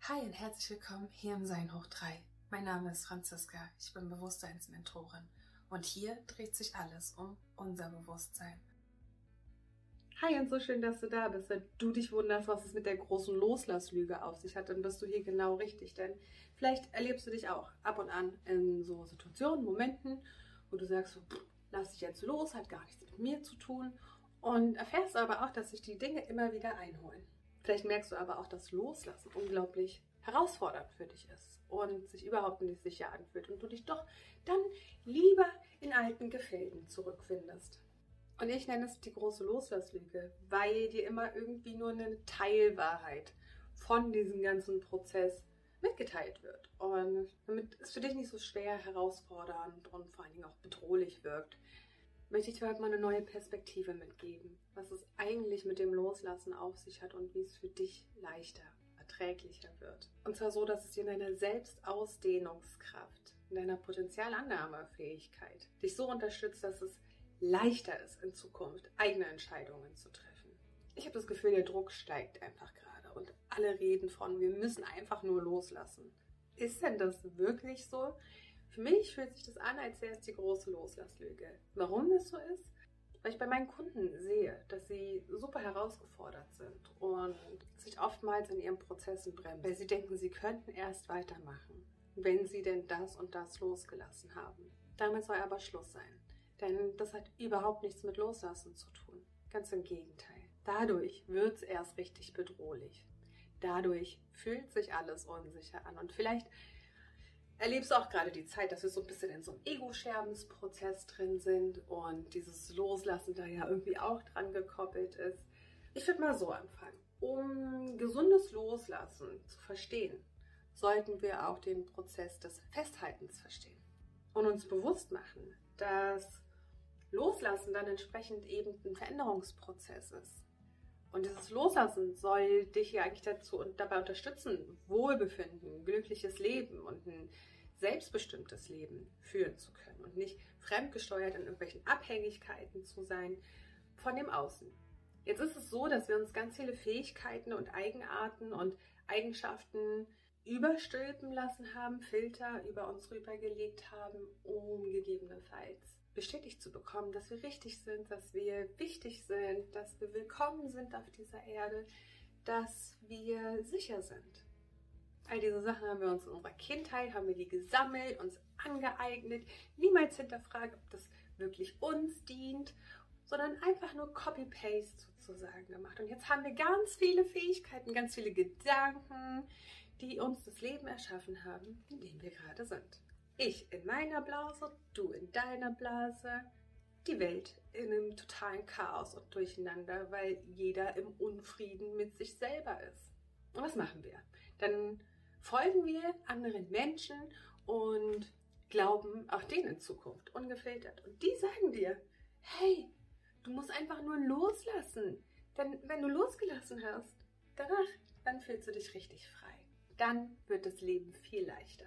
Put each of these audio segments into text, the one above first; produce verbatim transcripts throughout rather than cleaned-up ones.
Hi und herzlich willkommen hier im Sein hoch drei. Mein Name ist Franziska, ich bin Bewusstseinsmentorin und hier dreht sich alles um unser Bewusstsein. Hi und so schön, dass du da bist. Wenn du dich wunderst, was es mit der großen Loslasslüge auf sich hat, dann bist du hier genau richtig. Denn vielleicht erlebst du dich auch ab und an in so Situationen, Momenten, wo du sagst, so, pff, lass dich jetzt los, hat gar nichts mit mir zu tun. Und erfährst aber auch, dass sich die Dinge immer wieder einholen. Vielleicht merkst du aber auch, dass Loslassen unglaublich herausfordernd für dich ist und sich überhaupt nicht sicher anfühlt und du dich doch dann lieber in alten Gefilden zurückfindest. Und ich nenne es die große Loslasslüge, weil dir immer irgendwie nur eine Teilwahrheit von diesem ganzen Prozess mitgeteilt wird. Und damit es für dich nicht so schwer, herausfordernd und vor allen Dingen auch bedrohlich wirkt, möchte ich dir heute mal eine neue Perspektive mitgeben, was es eigentlich mit dem Loslassen auf sich hat und wie es für dich leichter, erträglicher wird. Und zwar so, dass es dir in deiner Selbstausdehnungskraft, in deiner Potenzialannahmefähigkeit dich so unterstützt, dass es leichter ist, in Zukunft eigene Entscheidungen zu treffen. Ich habe das Gefühl, der Druck steigt einfach gerade und alle reden von, wir müssen einfach nur loslassen. Ist denn das wirklich so? Für mich fühlt sich das an, als wäre es die große Loslasslüge. Warum das so ist? Weil ich bei meinen Kunden sehe, dass sie super herausgefordert sind und sich oftmals in ihren Prozessen bremsen, weil sie denken, sie könnten erst weitermachen, wenn sie denn das und das losgelassen haben. Damit soll aber Schluss sein, denn das hat überhaupt nichts mit Loslassen zu tun. Ganz im Gegenteil. Dadurch wird es erst richtig bedrohlich. Dadurch fühlt sich alles unsicher an und vielleicht erlebst du auch gerade die Zeit, dass wir so ein bisschen in so einem Ego-Scherbensprozess drin sind und dieses Loslassen da ja irgendwie auch dran gekoppelt ist. Ich würde mal so anfangen. Um gesundes Loslassen zu verstehen, sollten wir auch den Prozess des Festhaltens verstehen und uns bewusst machen, dass Loslassen dann entsprechend eben ein Veränderungsprozess ist. Und dieses Loslassen soll dich ja eigentlich dazu und dabei unterstützen, Wohlbefinden, glückliches Leben und ein selbstbestimmtes Leben führen zu können und nicht fremdgesteuert in irgendwelchen Abhängigkeiten zu sein von dem Außen. Jetzt ist es so, dass wir uns ganz viele Fähigkeiten und Eigenarten und Eigenschaften überstülpen lassen haben, Filter über uns rübergelegt haben, um gegebenenfalls bestätigt zu bekommen, dass wir richtig sind, dass wir wichtig sind, dass wir willkommen sind auf dieser Erde, dass wir sicher sind. All diese Sachen haben wir uns in unserer Kindheit, haben wir die gesammelt, uns angeeignet, niemals hinterfragt, ob das wirklich uns dient, sondern einfach nur Copy-Paste sozusagen gemacht. Und jetzt haben wir ganz viele Fähigkeiten, ganz viele Gedanken, die uns das Leben erschaffen haben, in dem wir gerade sind. Ich in meiner Blase, du in deiner Blase, die Welt in einem totalen Chaos und Durcheinander, weil jeder im Unfrieden mit sich selber ist. Und was machen wir? Dann folgen wir anderen Menschen und glauben auch denen in Zukunft, ungefiltert. Und die sagen dir, hey, du musst einfach nur loslassen. Denn wenn du losgelassen hast, danach, dann fühlst du dich richtig frei. Dann wird das Leben viel leichter.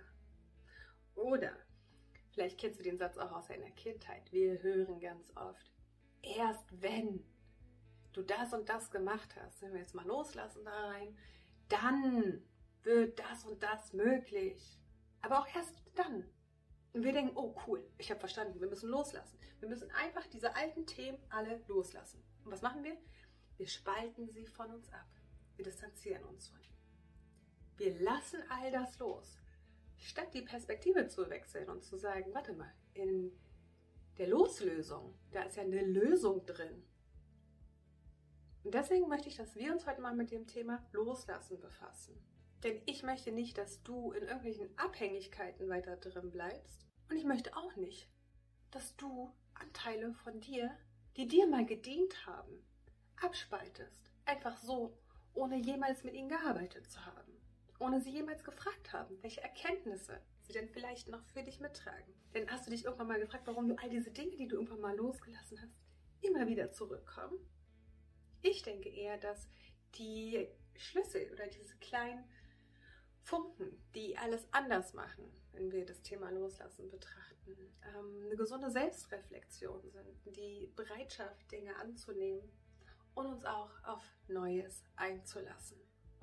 Oder, vielleicht kennst du den Satz auch aus deiner Kindheit, wir hören ganz oft, erst wenn du das und das gemacht hast, wenn wir jetzt mal loslassen da rein, dann wird das und das möglich. Aber auch erst dann. Und wir denken, oh cool, ich habe verstanden, wir müssen loslassen. Wir müssen einfach diese alten Themen alle loslassen. Und was machen wir? Wir spalten sie von uns ab. Wir distanzieren uns von ihnen. Wir lassen all das los. Statt die Perspektive zu wechseln und zu sagen, warte mal, in der Loslösung, da ist ja eine Lösung drin. Und deswegen möchte ich, dass wir uns heute mal mit dem Thema Loslassen befassen. Denn ich möchte nicht, dass du in irgendwelchen Abhängigkeiten weiter drin bleibst. Und ich möchte auch nicht, dass du Anteile von dir, die dir mal gedient haben, abspaltest. Einfach so, ohne jemals mit ihnen gearbeitet zu haben. Ohne sie jemals gefragt haben, welche Erkenntnisse sie denn vielleicht noch für dich mittragen. Denn hast du dich irgendwann mal gefragt, warum du all diese Dinge, die du irgendwann mal losgelassen hast, immer wieder zurückkommen? Ich denke eher, dass die Schlüssel oder diese kleinen Funken, die alles anders machen, wenn wir das Thema Loslassen betrachten, eine gesunde Selbstreflexion sind, die Bereitschaft, Dinge anzunehmen und uns auch auf Neues einzulassen.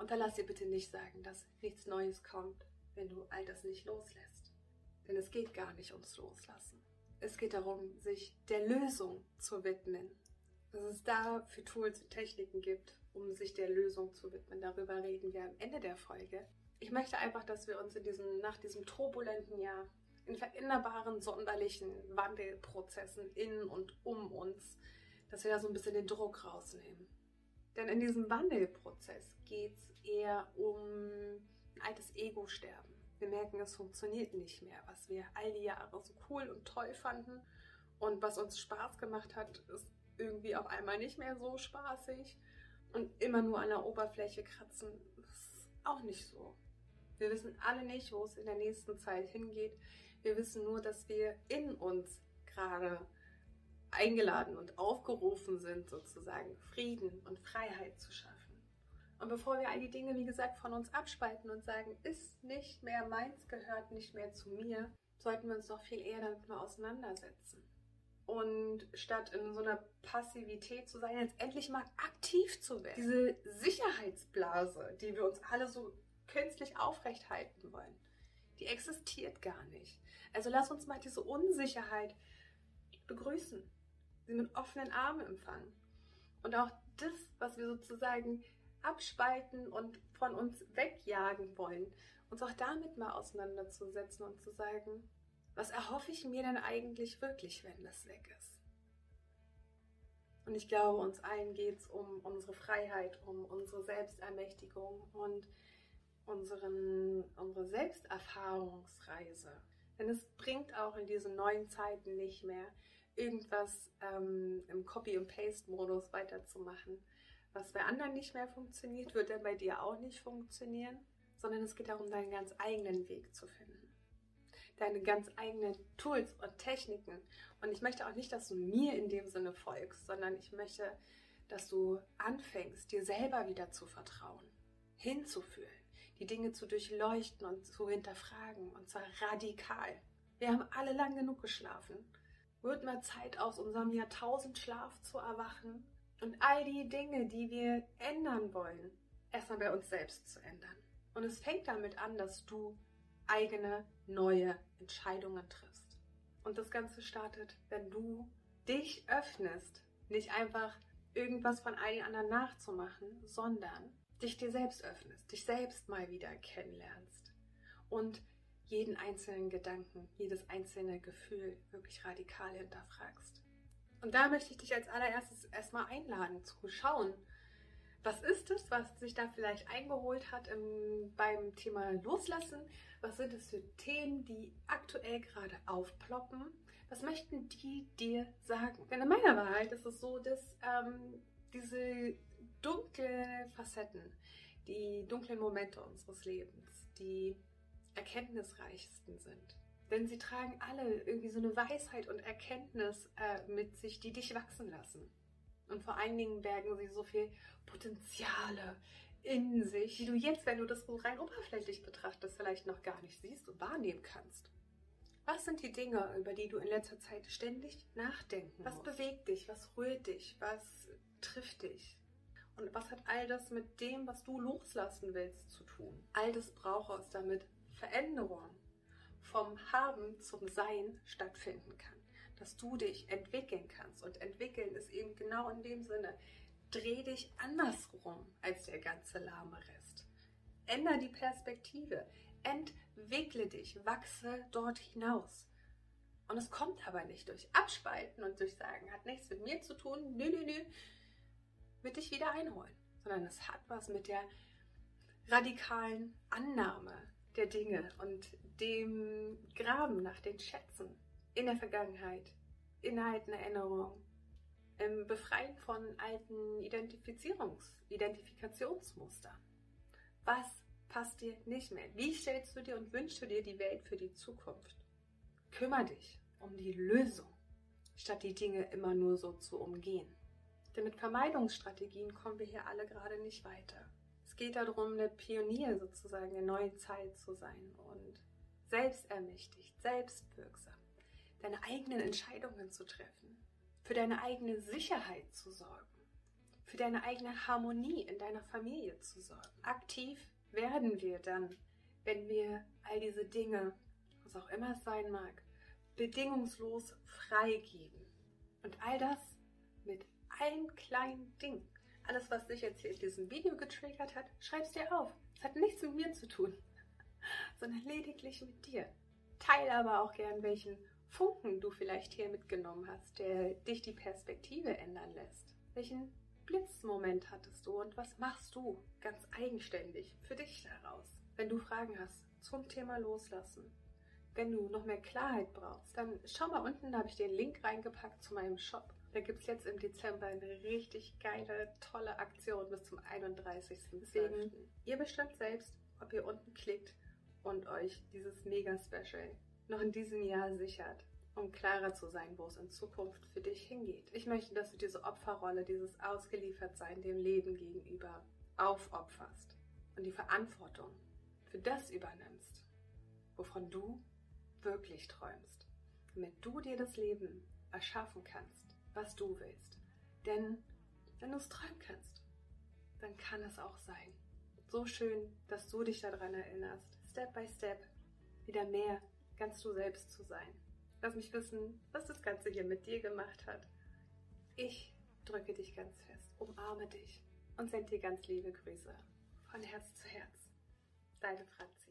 Und da lass dir bitte nicht sagen, dass nichts Neues kommt, wenn du all das nicht loslässt. Denn es geht gar nicht ums Loslassen. Es geht darum, sich der Lösung zu widmen. Dass es da für Tools und Techniken gibt, um sich der Lösung zu widmen. Darüber reden wir am Ende der Folge. Ich möchte einfach, dass wir uns in diesem, nach diesem turbulenten Jahr, in veränderbaren, sonderlichen Wandelprozessen in und um uns, dass wir da so ein bisschen den Druck rausnehmen. Denn in diesem Wandelprozess geht es eher um ein altes Ego-Sterben. Wir merken, es funktioniert nicht mehr. Was wir all die Jahre so cool und toll fanden und was uns Spaß gemacht hat, ist irgendwie auf einmal nicht mehr so spaßig. Und immer nur an der Oberfläche kratzen, ist auch nicht so. Wir wissen alle nicht, wo es in der nächsten Zeit hingeht. Wir wissen nur, dass wir in uns gerade eingeladen und aufgerufen sind, sozusagen Frieden und Freiheit zu schaffen. Und bevor wir all die Dinge, wie gesagt, von uns abspalten und sagen, ist nicht mehr meins, gehört nicht mehr zu mir, sollten wir uns doch viel eher damit mal auseinandersetzen. Und statt in so einer Passivität zu sein, jetzt endlich mal aktiv zu werden. Diese Sicherheitsblase, die wir uns alle so künstlich aufrechthalten wollen, die existiert gar nicht. Also lass uns mal diese Unsicherheit begrüßen, sie mit offenen Armen empfangen. Und auch das, was wir sozusagen abspalten und von uns wegjagen wollen, uns auch damit mal auseinanderzusetzen und zu sagen, was erhoffe ich mir denn eigentlich wirklich, wenn das weg ist? Und ich glaube, uns allen geht es um unsere Freiheit, um unsere Selbstermächtigung und unseren, unsere Selbsterfahrungsreise. Denn es bringt auch in diesen neuen Zeiten nicht mehr, irgendwas ähm, im Copy- und Paste-Modus weiterzumachen. Was bei anderen nicht mehr funktioniert, wird dann bei dir auch nicht funktionieren, sondern es geht darum, deinen ganz eigenen Weg zu finden. Deine ganz eigenen Tools und Techniken. Und ich möchte auch nicht, dass du mir in dem Sinne folgst, sondern ich möchte, dass du anfängst, dir selber wieder zu vertrauen, hinzufühlen, die Dinge zu durchleuchten und zu hinterfragen, und zwar radikal. Wir haben alle lang genug geschlafen. Wird mal Zeit, aus unserem Jahrtausendschlaf zu erwachen und all die Dinge, die wir ändern wollen, erstmal bei uns selbst zu ändern. Und es fängt damit an, dass du eigene, neue Entscheidungen triffst. Und das Ganze startet, wenn du dich öffnest, nicht einfach irgendwas von all den anderen nachzumachen, sondern dich dir selbst öffnest, dich selbst mal wieder kennenlernst und jeden einzelnen Gedanken, jedes einzelne Gefühl wirklich radikal hinterfragst. Und da möchte ich dich als allererstes erstmal einladen, zu schauen, was ist es, was sich da vielleicht eingeholt hat im, beim Thema Loslassen? Was sind es für Themen, die aktuell gerade aufploppen? Was möchten die dir sagen? Denn in meiner Wahrheit ist es so, dass ähm, diese dunklen Facetten, die dunklen Momente unseres Lebens, die erkenntnisreichsten sind. Denn sie tragen alle irgendwie so eine Weisheit und Erkenntnis äh, mit sich, die dich wachsen lassen. Und vor allen Dingen bergen sie so viel Potenziale in sich, die du jetzt, wenn du das so rein oberflächlich betrachtest, vielleicht noch gar nicht siehst und wahrnehmen kannst. Was sind die Dinge, über die du in letzter Zeit ständig nachdenken musst? Was bewegt dich? Was rührt dich? Was trifft dich? Und was hat all das mit dem, was du loslassen willst, zu tun? All das braucht es, damit Veränderung vom Haben zum Sein stattfinden kann. Dass du dich entwickeln kannst. Und entwickeln ist eben genau in dem Sinne, dreh dich andersrum als der ganze lahme Rest. Änder die Perspektive. Entwickle dich. Wachse dort hinaus. Und es kommt aber nicht durch Abspalten und durch Sagen, hat nichts mit mir zu tun, nö, nö, nö, wird dich wieder einholen. Sondern es hat was mit der radikalen Annahme der Dinge und dem Graben nach den Schätzen in der Vergangenheit, in alten Erinnerungen, im Befreien von alten Identifizierungs-, Identifikationsmustern. Was passt dir nicht mehr? Wie stellst du dir und wünschst du dir die Welt für die Zukunft? Kümmere dich um die Lösung, statt die Dinge immer nur so zu umgehen. Denn mit Vermeidungsstrategien kommen wir hier alle gerade nicht weiter. Es geht darum, eine Pionier sozusagen der neuen Zeit zu sein und selbstermächtigt, selbstwirksam, deine eigenen Entscheidungen zu treffen, für deine eigene Sicherheit zu sorgen, für deine eigene Harmonie in deiner Familie zu sorgen. Aktiv werden wir dann, wenn wir all diese Dinge, was auch immer es sein mag, bedingungslos freigeben. Und all das mit allen kleinen Dingen. Alles, was dich jetzt hier in diesem Video getriggert hat, schreib's dir auf. Es hat nichts mit mir zu tun, sondern lediglich mit dir. Teile aber auch gern, welchen Funken du vielleicht hier mitgenommen hast, der dich die Perspektive ändern lässt. Welchen Blitzmoment hattest du und was machst du ganz eigenständig für dich daraus? Wenn du Fragen hast zum Thema Loslassen, wenn du noch mehr Klarheit brauchst, dann schau mal unten, da habe ich dir einen Link reingepackt zu meinem Shop. Da gibt es jetzt im Dezember eine richtig geile, tolle Aktion bis zum einunddreißigsten Deswegen, ihr bestimmt selbst, ob ihr unten klickt und euch dieses Mega-Special noch in diesem Jahr sichert, um klarer zu sein, wo es in Zukunft für dich hingeht. Ich möchte, dass du diese Opferrolle, dieses Ausgeliefertsein dem Leben gegenüber aufopferst und die Verantwortung für das übernimmst, wovon du wirklich träumst, damit du dir das Leben erschaffen kannst, was du willst. Denn wenn du es träumen kannst, dann kann es auch sein. So schön, dass du dich daran erinnerst, Step by Step wieder mehr ganz du selbst zu sein. Lass mich wissen, was das Ganze hier mit dir gemacht hat. Ich drücke dich ganz fest, umarme dich und sende dir ganz liebe Grüße von Herz zu Herz. Deine Franzi.